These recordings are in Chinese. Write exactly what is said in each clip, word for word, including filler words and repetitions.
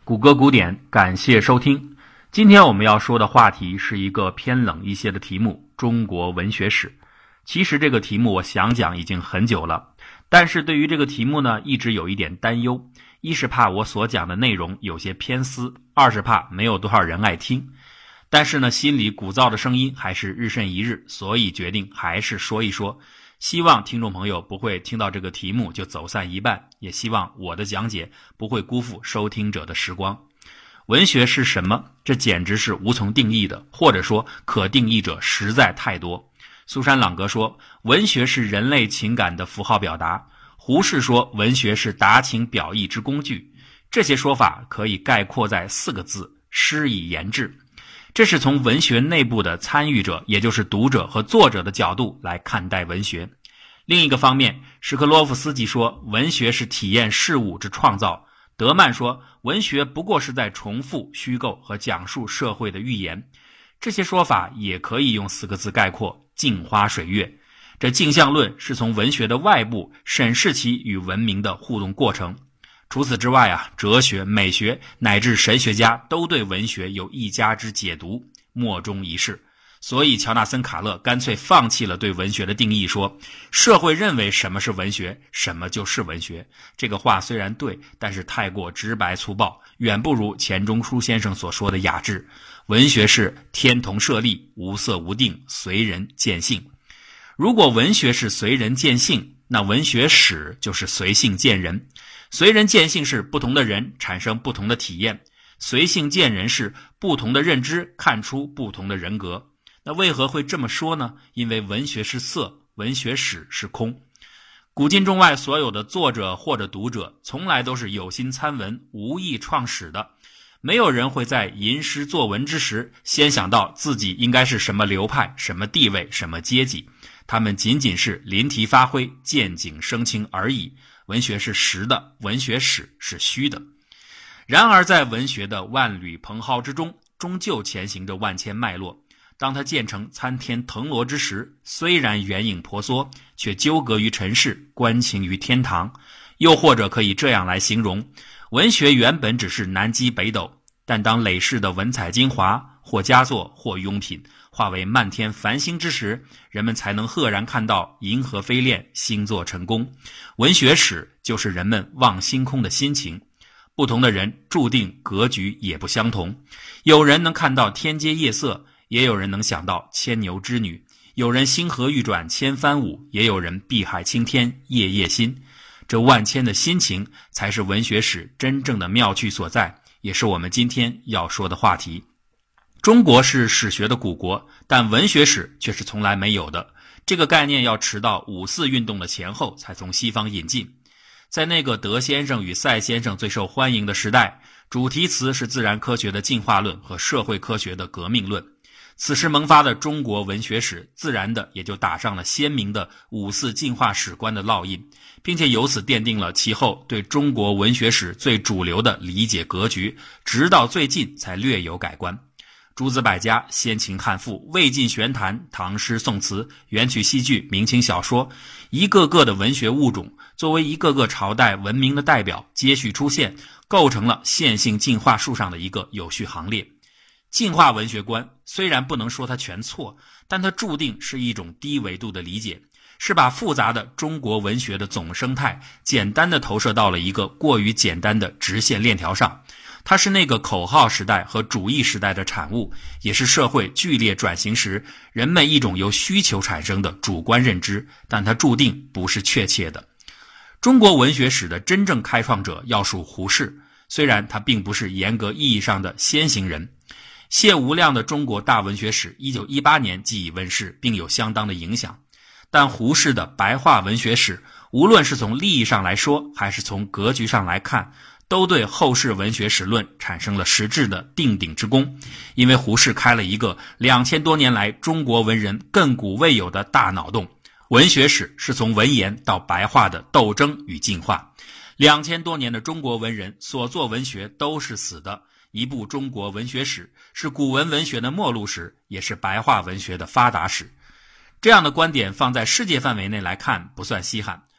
谷歌古典，感谢收听。今天我们要说的话题是一个偏冷一些的题目，中国文学史。其实这个题目我想讲已经很久了，但是对于这个题目呢，一直有一点担忧。一是怕我所讲的内容有些偏私，二是怕没有多少人爱听。但是呢，心里鼓噪的声音还是日甚一日，所以决定还是说一说。希望听众朋友不会听到这个题目就走散一半，也希望我的讲解不会辜负收听者的时光。文学是什么？这简直是无从定义的，或者说可定义者实在太多。苏珊·朗格说，文学是人类情感的符号表达。胡适说，文学是达情表意之工具。这些说法可以概括在四个字：诗以言志。这是从文学内部的参与者，也就是读者和作者的角度来看待文学。另一个方面，什克洛夫斯基说，文学是体验事物之创造。德曼说，文学不过是在重复、虚构和讲述社会的寓言。这些说法也可以用四个字概括：镜花水月。这镜像论是从文学的外部审视其与文明的互动过程。除此之外啊，哲学、美学乃至神学家都对文学有一家之解读，莫衷一是。所以乔纳森·卡勒干脆放弃了对文学的定义，说社会认为什么是文学，什么就是文学。这个话虽然对，但是太过直白粗暴，远不如钱钟书先生所说的雅致。文学是天同设立，无色无定，随人见性。如果文学是随人见性，那文学史就是随性见人。随人见性是不同的人产生不同的体验，随性见人是不同的认知看出不同的人格。那为何会这么说呢？因为文学是色，文学史是空。古今中外所有的作者或者读者，从来都是有心参文，无意创史的。没有人会在吟诗作文之时，先想到自己应该是什么流派、什么地位、什么阶级。他们仅仅是临题发挥，见景生情而已。文学是实的，文学史是虚的。然而在文学的万缕蓬蒿之中，终究前行着万千脉络。当它建成参天腾挪之时，虽然远影婆娑，却纠葛于尘世，关情于天堂。又或者可以这样来形容，文学原本只是南极北斗，但当累世的文采精华，或佳作或庸品，化为漫天繁星之时，人们才能赫然看到银河飞恋，星座成功。文学史就是人们望星空的心情。不同的人注定格局也不相同，有人能看到天阶夜色，也有人能想到牵牛织女，有人星河欲转千帆舞，也有人碧海青天夜夜心。这万千的心情才是文学史真正的妙趣所在，也是我们今天要说的话题。中国是史学的古国，但文学史却是从来没有的。这个概念要迟到五四运动的前后才从西方引进。在那个德先生与赛先生最受欢迎的时代，主题词是自然科学的进化论和社会科学的革命论。此时萌发的中国文学史，自然的也就打上了鲜明的五四进化史观的烙印，并且由此奠定了其后对中国文学史最主流的理解格局，直到最近才略有改观。诸子百家、先秦汉赋、魏晋玄坛、唐诗宋词、元曲戏剧、明清小说，一个个的文学物种作为一个个朝代文明的代表接续出现，构成了线性进化树上的一个有序行列。进化文学观虽然不能说它全错，但它注定是一种低维度的理解，是把复杂的中国文学的总生态简单的投射到了一个过于简单的直线链条上。它是那个口号时代和主义时代的产物，也是社会剧烈转型时人们一种由需求产生的主观认知，但它注定不是确切的。中国文学史的真正开创者要数胡适，虽然他并不是严格意义上的先行人。谢无量的中国大文学史一九一八年即已问世，并有相当的影响。但胡适的白话文学史，无论是从利益上来说，还是从格局上来看，都对后世文学史论产生了实质的定鼎之功。因为胡适开了一个两千多年来中国文人亘古未有的大脑洞。文学史是从文言到白话的斗争与进化。两千多年的中国文人所作文学都是死的。一部中国文学史是古文文学的末路史，也是白话文学的发达史。这样的观点放在世界范围内来看不算稀罕。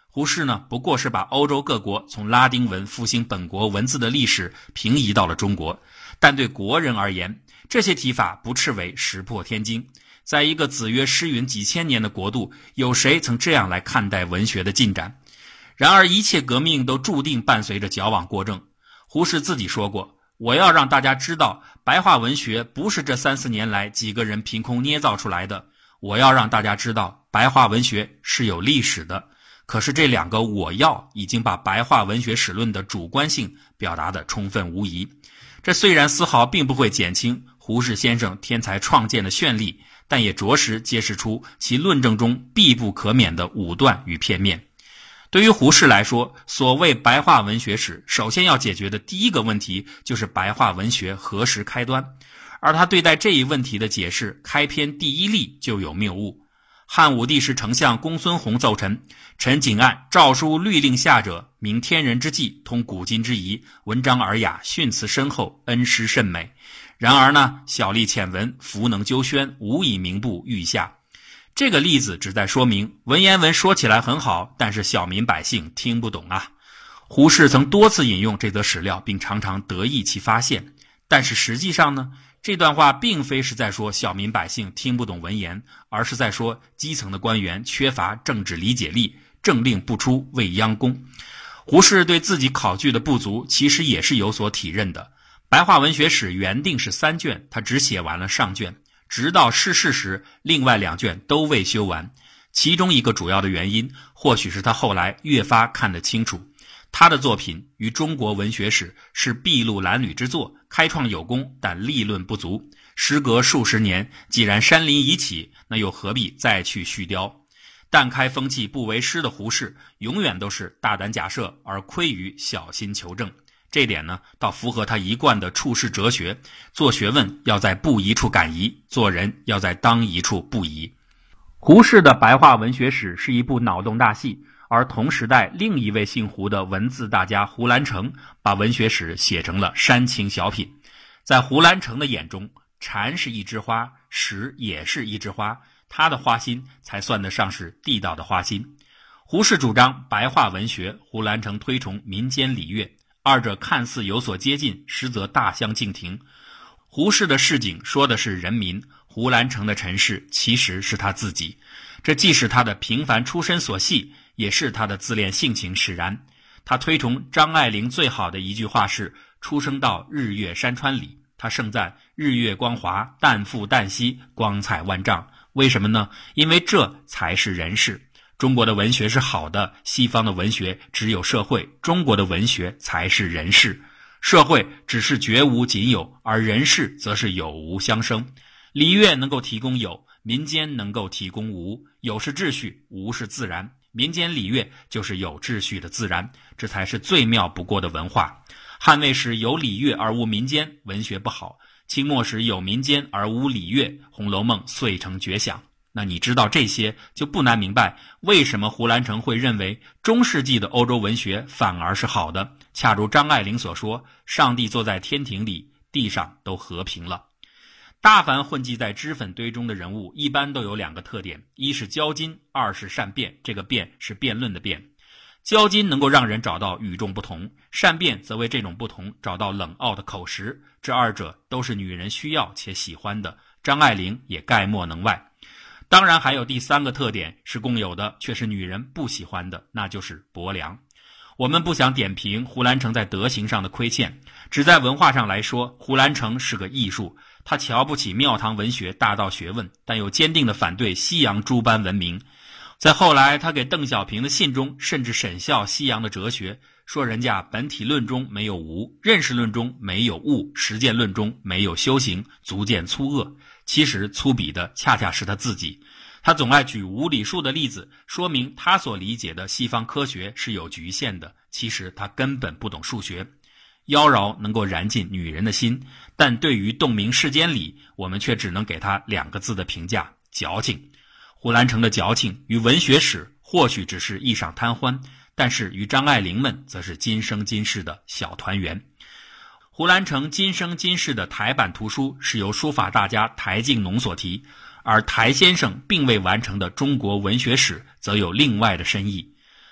胡适呢，不过是把欧洲各国从拉丁文复兴本国文字的历史平移到了中国，但对国人而言，这些提法不斥为石破天惊。在一个子曰诗云几千年的国度，有谁曾这样来看待文学的进展？然而一切革命都注定伴随着矫枉过正。胡适自己说过，我要让大家知道，白话文学不是这三四年来几个人凭空捏造出来的，我要让大家知道，白话文学是有历史的。可是这两个我要已经把白话文学史论的主观性表达得充分无疑。这虽然丝毫并不会减轻胡适先生天才创建的绚丽，但也着实揭示出其论证中必不可免的武断与片面。对于胡适来说，所谓白话文学史，首先要解决的第一个问题就是白话文学何时开端，而他对待这一问题的解释，开篇第一例就有谬误。汉武帝时丞相公孙弘奏臣，臣谨按诏书律令下者，明天人之际，通古今之宜，文章尔雅，训词深厚，恩师甚美。然而呢，小吏浅文，弗能纠宣，无以明布御下。这个例子旨在说明，文言文说起来很好，但是小民百姓听不懂啊。胡适曾多次引用这则史料，并常常得意其发现。但是实际上呢，这段话并非是在说小民百姓听不懂文言，而是在说基层的官员缺乏政治理解力，政令不出未央宫。胡适对自己考据的不足其实也是有所体认的。白话文学史原定是三卷，他只写完了上卷，直到逝世时另外两卷都未修完。其中一个主要的原因，或许是他后来越发看得清楚，他的作品与中国文学史是筚路蓝缕之作，开创有功，但立论不足。时隔数十年，既然山林已起，那又何必再去续雕？但开风气不为师的胡适，永远都是大胆假设，而亏于小心求证。这点呢，倒符合他一贯的处世哲学，做学问要在不疑处敢疑，做人要在当疑处不疑。胡适的白话文学史是一部脑洞大戏，而同时代另一位姓胡的文字大家胡兰成把文学史写成了煽情小品。在胡兰成的眼中，禅是一枝花，史也是一枝花，他的花心才算得上是地道的花心。胡适主张白话文学，胡兰成推崇民间礼乐，二者看似有所接近，实则大相径庭。胡适的市井说的是人民，胡兰成的尘世其实是他自己。这既是他的平凡出身所系，也是他的自恋性情使然。他推崇张爱玲最好的一句话是出生到日月山川里，他盛赞日月光华，淡复淡息，光彩万丈。为什么呢？因为这才是人世。中国的文学是好的，西方的文学只有社会，中国的文学才是人世。社会只是绝无仅有，而人世则是有无相生。礼乐能够提供有，民间能够提供无，有是秩序，无是自然。民间礼乐就是有秩序的自然，这才是最妙不过的文化。汉魏时有礼乐而无民间，文学不好；清末时有民间而无礼乐，《红楼梦》遂成绝响。那你知道这些，就不难明白为什么胡兰成会认为中世纪的欧洲文学反而是好的。恰如张爱玲所说，上帝坐在天庭里，地上都和平了。大凡混迹在脂粉堆中的人物，一般都有两个特点，一是交金，二是善辩。这个辩是辩论的辩。交金能够让人找到与众不同，善辩则为这种不同找到冷傲的口实，这二者都是女人需要且喜欢的，张爱玲也概莫能外。当然还有第三个特点是共有的，却是女人不喜欢的，那就是薄凉。我们不想点评胡兰成在德行上的亏欠，只在文化上来说，胡兰成是个艺术。他瞧不起庙堂文学大道学问，但又坚定地反对西洋诸般文明。在后来他给邓小平的信中甚至审笑西洋的哲学，说人家本体论中没有无，认识论中没有物，实践论中没有修行，足见粗恶。其实粗鄙的恰恰是他自己。他总爱举无理数的例子，说明他所理解的西方科学是有局限的，其实他根本不懂数学。妖娆能够燃尽女人的心，但对于洞明世间理，我们却只能给他两个字的评价：矫情。胡兰成的矫情与文学史或许只是一晌贪欢，但是与张爱玲们则是今生今世的小团圆。胡兰成今生今世的台版图书是由书法大家台静农所题，而台先生并未完成的中国文学史则有另外的深意。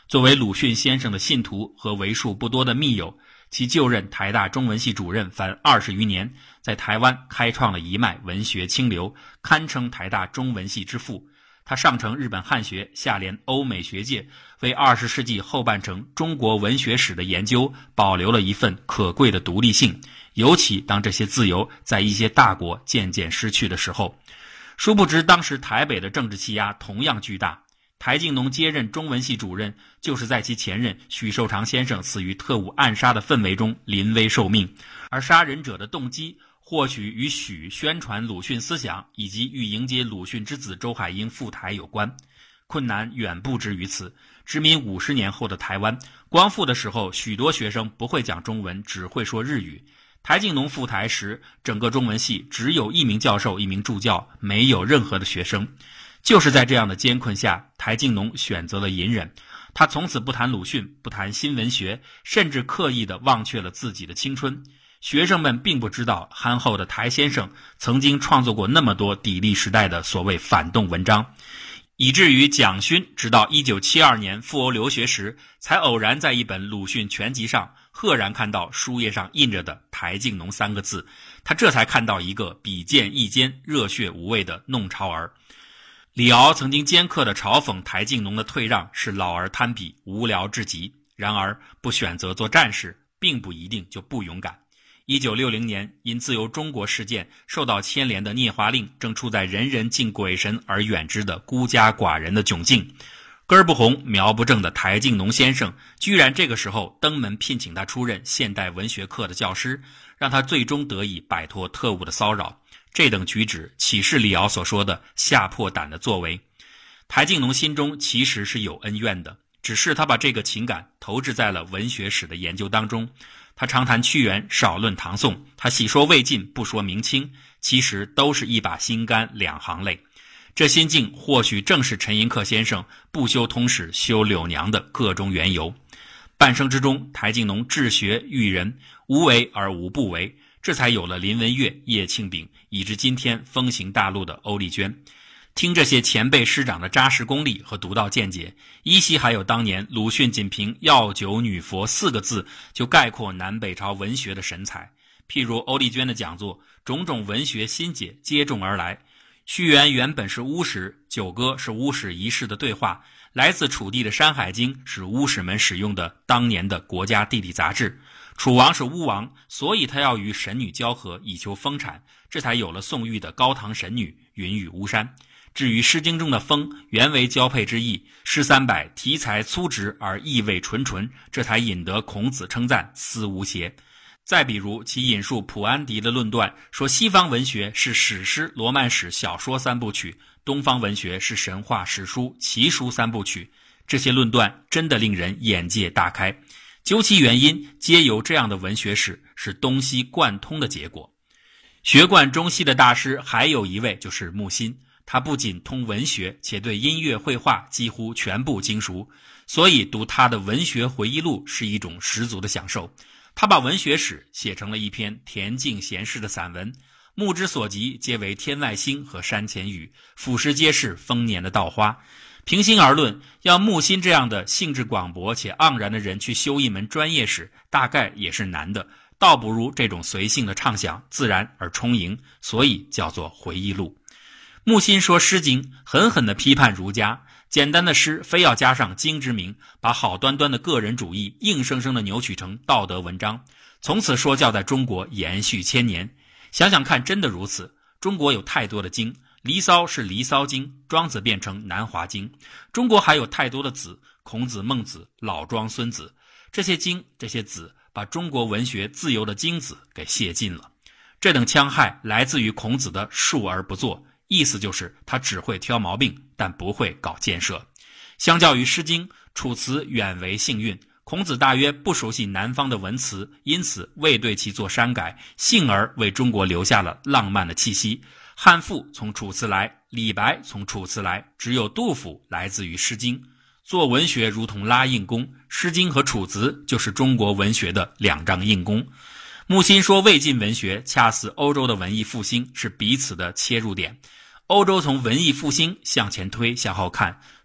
作为鲁迅先生的信徒和为数不多的密友，其就任台大中文系主任凡二十余年，在台湾开创了一脉文学清流，堪称台大中文系之父。他上承日本汉学，下联欧美学界，为二十世纪后半程中国文学史的研究保留了一份可贵的独立性，尤其当这些自由在一些大国渐渐失去的时候。殊不知当时台北的政治气压同样巨大，台静农接任中文系主任，就是在其前任许寿裳先生死于特务暗杀的氛围中临危受命，而杀人者的动机或许与许宣传鲁迅思想以及欲迎接鲁迅之子周海婴赴台有关。困难远不止于此，殖民五十年后的台湾，光复的时候许多学生不会讲中文，只会说日语。台静农赴台时，整个中文系只有一名教授一名助教，没有任何的学生。就是在这样的艰困下，台静农选择了隐忍，他从此不谈鲁迅，不谈新文学，甚至刻意地忘却了自己的青春。学生们并不知道憨厚的台先生曾经创作过那么多砥砺时代的所谓反动文章，以至于蒋勋直到一九七二年赴欧留学时，才偶然在一本鲁迅全集上赫然看到书页上印着的台静农三个字，他这才看到一个比剑亦坚、热血无畏的弄潮儿。李敖曾经尖刻地嘲讽台静农的退让是老而贪鄙，无聊至极。然而不选择做战士，并不一定就不勇敢。一九六零年，因自由中国事件受到牵连的聂华蔺，正处在人人敬鬼神而远之的孤家寡人的窘境。根儿不红苗不正的台静农先生，居然这个时候登门聘请他出任现代文学课的教师，让他最终得以摆脱特务的骚扰。这等举止岂是李敖所说的吓破胆的作为？台静农心中其实是有恩怨的，只是他把这个情感投掷在了文学史的研究当中。他常谈屈原，少论唐宋，他喜说魏晋，不说明清，其实都是一把心肝两行泪。这心境或许正是陈寅恪先生不修通史修柳娘的个中缘由。半生之中，台静农治学育人，无为而无不为，这才有了林文月、叶庆炳，以至今天风行大陆的欧丽娟。听这些前辈师长的扎实功力和独到见解，依稀还有当年鲁迅仅凭药酒女佛四个字就概括南北朝文学的神采。譬如欧丽娟的讲座，种种文学新解接踵而来。屈原原本是巫史，九歌是巫史一世的对话，来自楚地的《山海经》是巫史们使用的当年的国家地理杂志。楚王是巫王，所以他要与神女交合以求丰产，这才有了宋玉的高唐神女云雨巫山。至于《诗经》中的丰，原为交配之意，诗三百题材粗直而意味纯纯，这才引得孔子称赞思无邪。再比如其引述普安迪的论断，说西方文学是史诗、罗曼史、小说三部曲，东方文学是神话、史书、奇书三部曲。这些论断真的令人眼界大开，究其原因，皆由这样的文学史是东西贯通的结果。学贯中西的大师还有一位就是木心，他不仅通文学，且对音乐绘画几乎全部精熟，所以读他的文学回忆录是一种十足的享受。他把文学史写成了一篇恬静闲适的散文，目之所及皆为天外星和山前雨，俯拾皆是丰年的稻花。平心而论，要木心这样的兴致广博且盎然的人去修一门专业史，大概也是难的，倒不如这种随性的畅想，自然而充盈，所以叫做回忆录。木心说《诗经》，狠狠地批判儒家，简单的诗非要加上经之名，把好端端的个人主义硬生生地扭曲成道德文章，从此说教在中国延续千年。想想看，真的如此。中国有太多的经，离骚是离骚经，庄子变成南华经。中国还有太多的子，孔子、孟子、老庄、孙子，这些经这些子把中国文学自由的精子给泄尽了。这等戕害来自于孔子的述而不作，意思就是他只会挑毛病，但不会搞建设。相较于诗经，楚辞远为幸运，孔子大约不熟悉南方的文辞，因此未对其做删改，幸而为中国留下了浪漫的气息。汉赋从楚辞来，李白从楚辞来，只有杜甫来自于诗经。做文学如同拉硬弓，诗经和楚辞就是中国文学的两张硬弓。木心说魏晋文学恰似欧洲的文艺复兴，是彼此的切入点。欧洲从文艺复兴向前推向后看，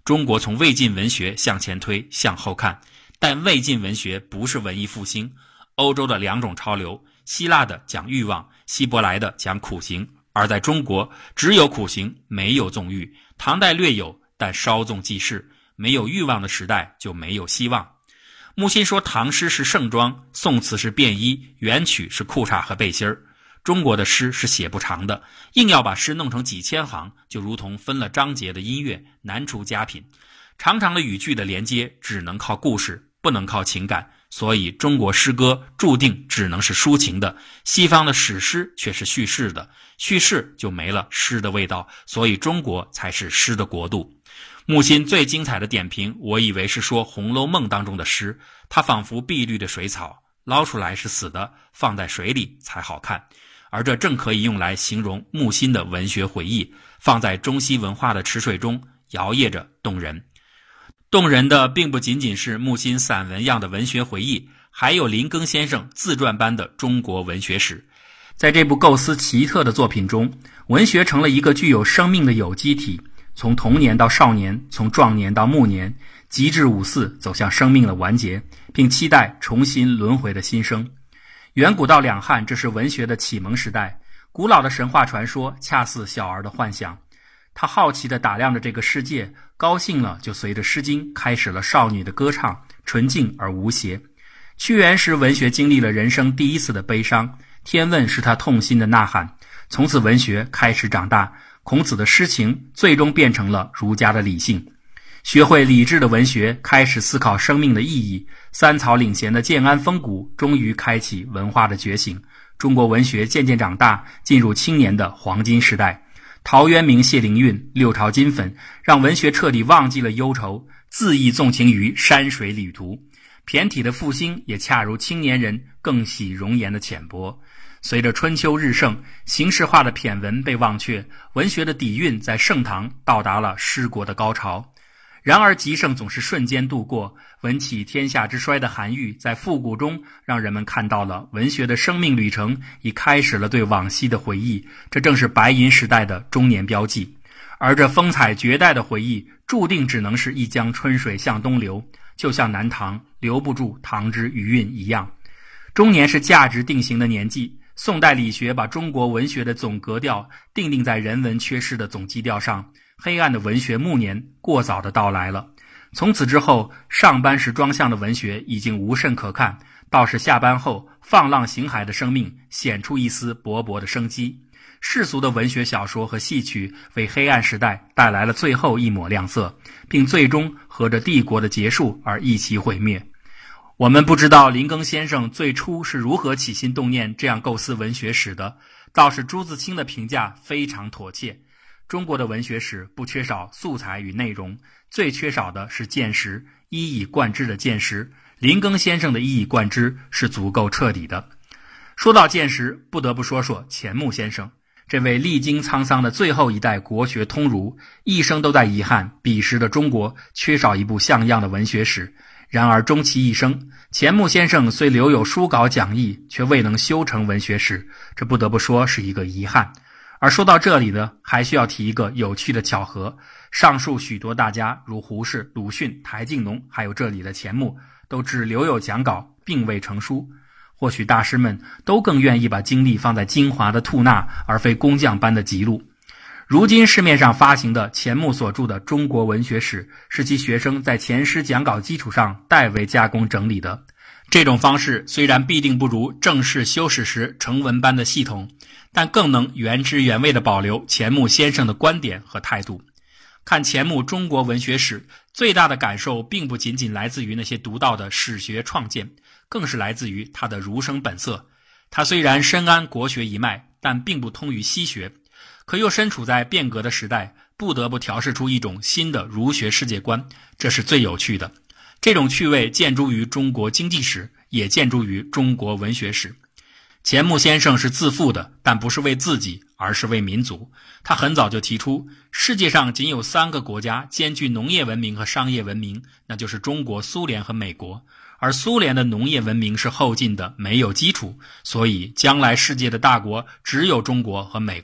中国从魏晋文学向前推，向后看，但魏晋文学不是文艺复兴。欧洲的两种潮流，希腊的讲欲望，希伯来的讲苦行，而在中国只有苦行，没有纵欲。唐代略有，但稍纵即逝，没有欲望的时代就没有希望。木心说唐诗是盛装，宋词是便衣，元曲是裤衩和背心儿。中国的诗是写不长的，硬要把诗弄成几千行，就如同分了章节的音乐，难出佳品。长长的语句的连接只能靠故事，不能靠情感，所以中国诗歌注定只能是抒情的，西方的史诗却是叙事的，叙事就没了诗的味道，所以中国才是诗的国度。木心最精彩的点评，我以为是说《红楼梦》当中的诗，它仿佛碧绿的水草，捞出来是死的，放在水里才好看。而这正可以用来形容木心的文学回忆，放在中西文化的池水中，摇曳着动人。动人的并不仅仅是木心散文样的文学回忆，还有林庚先生自传般的中国文学史。在这部构思奇特的作品中，文学成了一个具有生命的有机体，从童年到少年，从壮年到暮年，极至五四，走向生命的完结，并期待重新轮回的新生。远古到两汉，这是文学的启蒙时代，古老的神话传说恰似小儿的幻想。他好奇地打量着这个世界，高兴了就随着诗经开始了少女的歌唱，纯净而无邪。屈原时文学经历了人生第一次的悲伤，天问是他痛心的呐喊。从此文学开始长大，孔子的诗情最终变成了儒家的理性。学会理智的文学开始思考生命的意义，三草领衔的建安风骨终于开启文化的觉醒。中国文学渐渐长大，进入青年的黄金时代。陶渊明、谢灵运、六朝金粉，让文学彻底忘记了忧愁，恣意纵情于山水旅途。骈体的复兴也恰如青年人更喜容颜的浅薄。随着春秋日盛，形式化的骈文被忘却，文学的底蕴在盛唐到达了失国的高潮。然而极盛总是瞬间度过，文起天下之衰的韩愈在复古中让人们看到了文学的生命旅程已开始了对往昔的回忆，这正是白银时代的中年标记。而这风采绝代的回忆注定只能是一江春水向东流，就像南唐留不住唐之余韵一样。中年是价值定型的年纪，宋代理学把中国文学的总格调定定在人文缺失的总基调上，黑暗的文学暮年过早的到来了。从此之后，上班时装箱的文学已经无甚可看，倒是下班后放浪形骸的生命显出一丝勃勃的生机。世俗的文学小说和戏曲为黑暗时代带来了最后一抹亮色，并最终和着帝国的结束而一起毁灭。我们不知道林庚先生最初是如何起心动念这样构思文学史的，倒是朱自清的评价非常妥切。中国的文学史不缺少素材与内容，最缺少的是见识，一以贯之的见识。林庚先生的一以贯之是足够彻底的。说到见识，不得不说说钱穆先生。这位历经沧桑的最后一代国学通儒，一生都在遗憾彼时的中国缺少一部像样的文学史。然而终其一生，钱穆先生虽留有书稿讲义，却未能修成文学史，这不得不说是一个遗憾。而说到这里呢，还需要提一个有趣的巧合，上述许多大家如胡适、鲁迅、台静农，还有这里的钱穆，都只留有讲稿，并未成书。或许大师们都更愿意把精力放在精华的吐纳，而非工匠般的辑录。如今市面上发行的钱穆所著的《中国文学史》，是其学生在前师讲稿基础上代为加工整理的。这种方式虽然必定不如正式修史时成文般的系统，但更能原汁原味地保留钱穆先生的观点和态度。看钱穆《中国文学史》，最大的感受并不仅仅来自于那些独到的史学创建，更是来自于他的儒生本色。他虽然深谙国学一脉，但并不通于西学，可又身处在变革的时代，不得不调试出一种新的儒学世界观，这是最有趣的。这种趣味见诸于中国经济史，也见诸于中国文学史。钱穆先生是自负的，但不是为自己，而是为民族。他很早就提出，世界上仅有三个国家兼具农业文明和商业文明，那就是中国、苏联和美国。而苏联的农业文明是后进的，没有基础，所以将来世界的大国只有中国和美国。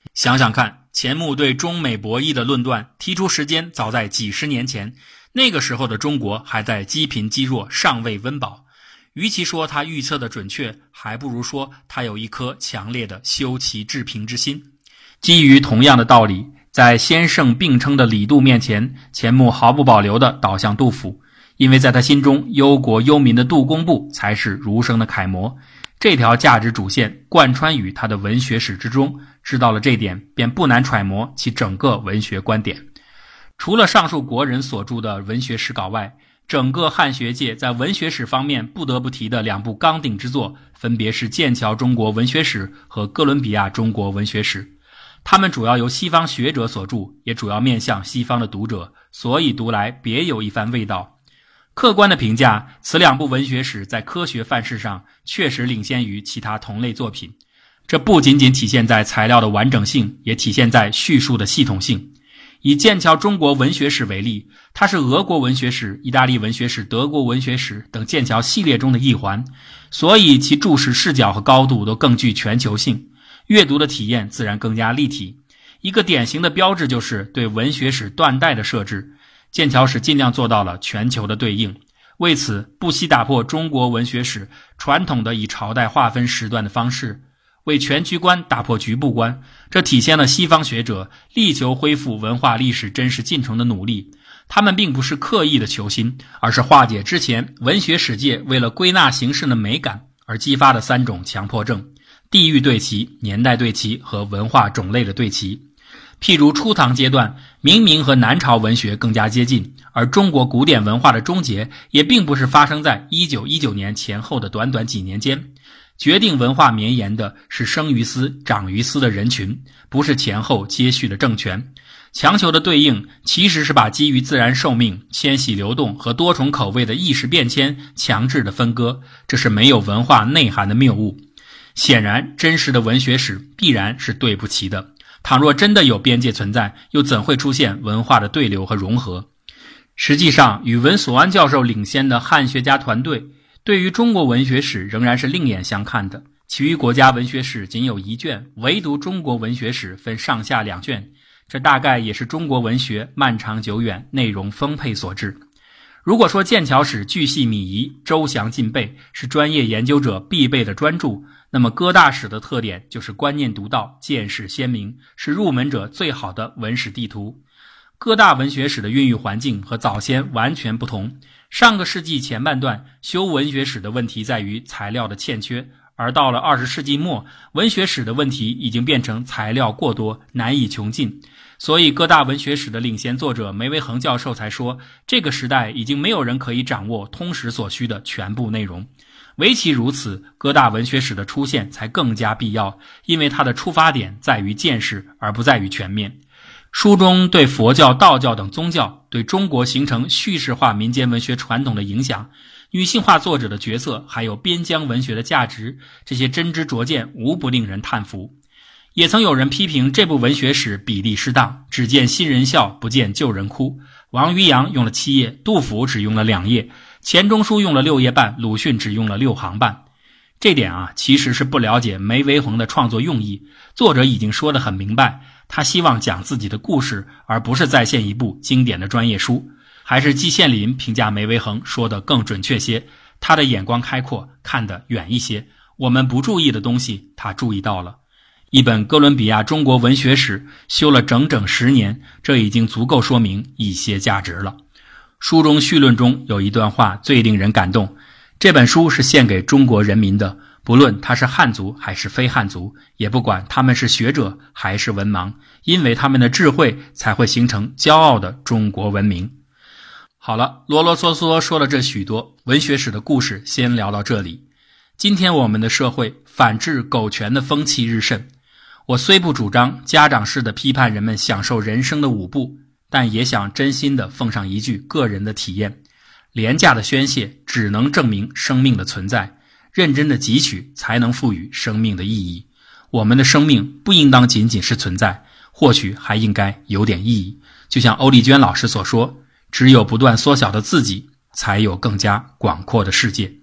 想想看，钱穆对中美博弈的论断提出时间早在几十年前，那个时候的中国还在积贫积弱，尚未温饱。与其说他预测的准确，还不如说他有一颗强烈的修齐治平之心。基于同样的道理，在先圣并称的李杜面前，钱穆毫不保留地倒向杜甫，因为在他心中，忧国忧民的杜工部才是儒生的楷模。这条价值主线贯穿于他的文学史之中，知道了这点，便不难揣摩其整个文学观点。除了上述国人所著的文学史稿外，整个汉学界在文学史方面不得不提的两部纲鼎之作，分别是剑桥中国文学史和哥伦比亚中国文学史。它们主要由西方学者所著，也主要面向西方的读者，所以读来别有一番味道。客观的评价，此两部文学史在科学范式上确实领先于其他同类作品。这不仅仅体现在材料的完整性，也体现在叙述的系统性。以剑桥中国文学史为例，它是俄国文学史、意大利文学史、德国文学史等剑桥系列中的一环，所以其注释视角和高度都更具全球性，阅读的体验自然更加立体。一个典型的标志就是对文学史断代的设置，剑桥史尽量做到了全球的对应，为此不惜打破中国文学史传统的以朝代划分时段的方式，为全局观打破局部观，这体现了西方学者力求恢复文化历史真实进程的努力。他们并不是刻意的求新，而是化解之前文学史界为了归纳形式的美感而激发的三种强迫症：地域对齐、年代对齐和文化种类的对齐。譬如初唐阶段，明明和南朝文学更加接近，而中国古典文化的终结也并不是发生在一九一九年前后的短短几年间。决定文化绵延的是生于斯、长于斯的人群，不是前后接续的政权。强求的对应其实是把基于自然寿命、迁徙流动和多重口味的意识变迁强制的分割，这是没有文化内涵的谬误。显然，真实的文学史必然是对不齐的。倘若真的有边界存在，又怎会出现文化的对流和融合？实际上，与文所安教授领先的汉学家团队对于中国文学史仍然是另眼相看的。其余国家文学史仅有一卷，唯独中国文学史分上下两卷，这大概也是中国文学漫长久远、内容丰沛所致。如果说剑桥史巨细靡遗、周详尽备，是专业研究者必备的专著，那么哥大史的特点就是观念独到、见识鲜明，是入门者最好的文史地图。哥大文学史的孕育环境和早先完全不同。上个世纪前半段，修文学史的问题在于材料的欠缺，而到了二十世纪末，文学史的问题已经变成材料过多，难以穷尽。所以哥大文学史的领衔作者梅维恒教授才说，这个时代已经没有人可以掌握通史所需的全部内容。唯其如此，哥大文学史的出现才更加必要，因为它的出发点在于见识，而不在于全面。书中对佛教、道教等宗教对中国形成叙事化民间文学传统的影响，女性化作者的角色，还有边疆文学的价值，这些真知灼见无不令人叹服。也曾有人批评这部文学史比例适当，只见新人笑，不见旧人哭。王渔洋用了七页，杜甫只用了两页，钱钟书用了六页半，鲁迅只用了六行半。这点啊，其实是不了解梅维恒的创作用意。作者已经说得很明白，他希望讲自己的故事，而不是再现一部经典的专业书。还是季羡林评价梅维恒说得更准确些，他的眼光开阔，看得远一些，我们不注意的东西他注意到了。一本哥伦比亚中国文学史修了整整十年，这已经足够说明一些价值了。书中序论中有一段话最令人感动，这本书是献给中国人民的，不论他是汉族还是非汉族，也不管他们是学者还是文盲，因为他们的智慧才会形成骄傲的中国文明。好了，啰啰嗦嗦说了这许多，文学史的故事先聊到这里。今天我们的社会反制狗权的风气日甚，我虽不主张家长式的批判人们享受人生的舞步，但也想真心的奉上一句个人的体验：廉价的宣泄只能证明生命的存在，认真的汲取才能赋予生命的意义。我们的生命不应当仅仅是存在，或许还应该有点意义。就像欧丽娟老师所说，只有不断缩小的自己，才有更加广阔的世界。